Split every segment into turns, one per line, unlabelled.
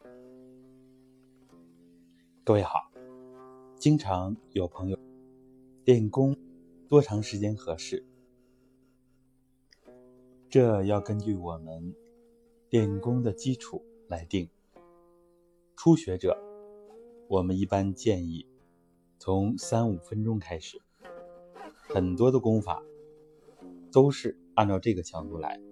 各位好，经常有朋友练功多长时间合适？这要根据我们练功的基础来定。初学者，我们一般建议从3-5分钟开始，很多的功法都是按照这个强度来。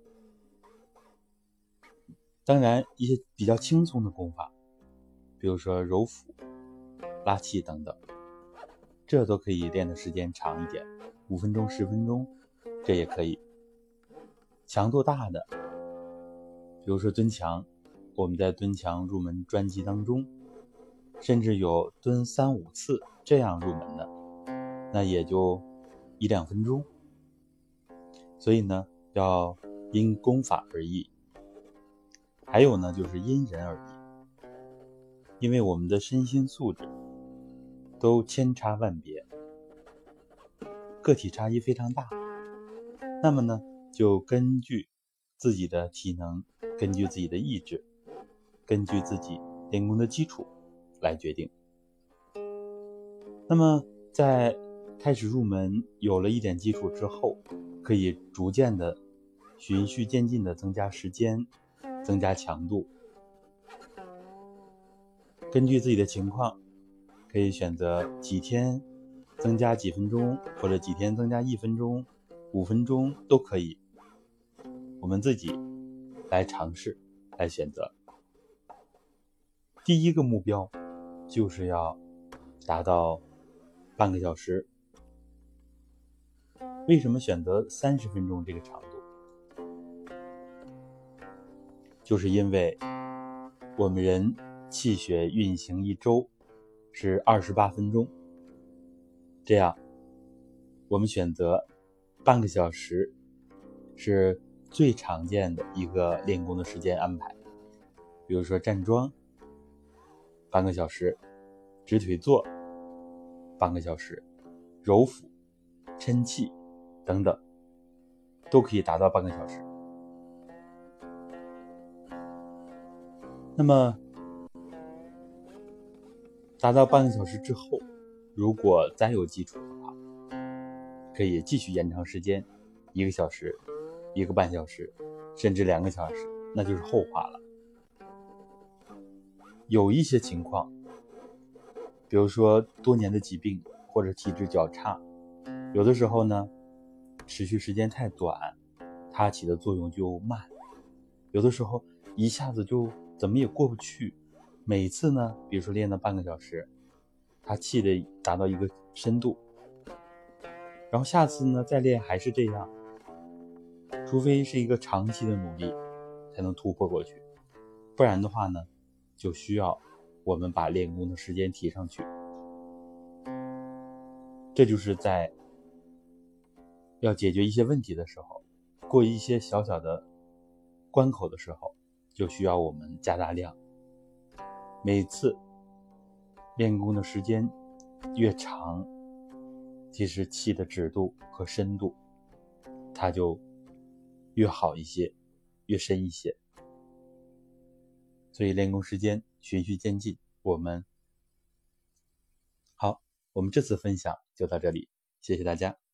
当然，一些比较轻松的功法，比如说揉腹、拉气等等，这都可以练的时间长一点，5分钟、10分钟，这也可以。强度大的，比如说蹲墙，我们在蹲墙入门专辑当中，甚至有蹲3-5次这样入门的，那也就1-2分钟。所以呢，要因功法而异。还有呢，就是因人而异，因为我们的身心素质都千差万别，个体差异非常大。那么呢，就根据自己的体能，根据自己的意志，根据自己练功的基础来决定。那么在开始入门有了一点基础之后，可以逐渐的循序渐进的增加时间，增加强度。根据自己的情况，可以选择几天增加几分钟，或者几天增加1分钟、5分钟都可以，我们自己来尝试，来选择。第一个目标就是要达到半个小时。为什么选择30分钟这个长度？就是因为我们人气血运行一周是28分钟，这样我们选择半个小时是最常见的一个练功的时间安排。比如说站桩半个小时，直腿坐半个小时，揉腹、抻气等等都可以达到半个小时。那么达到半个小时之后，如果再有基础的话，可以继续延长时间，1个小时、1个半小时，甚至2个小时，那就是后话了。有一些情况，比如说多年的疾病或者体质较差，有的时候呢持续时间太短，它起的作用就慢，有的时候一下子就怎么也过不去。每次呢，比如说练到半个小时，它气的达到一个深度，然后下次呢再练还是这样，除非是一个长期的努力才能突破过去，不然的话呢，就需要我们把练功的时间提上去。这就是在要解决一些问题的时候，过一些小小的关口的时候，就需要我们加大量。每次练功的时间越长，其实气的指度和深度它就越好一些，越深一些。所以练功时间循序渐进。我们这次分享就到这里，谢谢大家。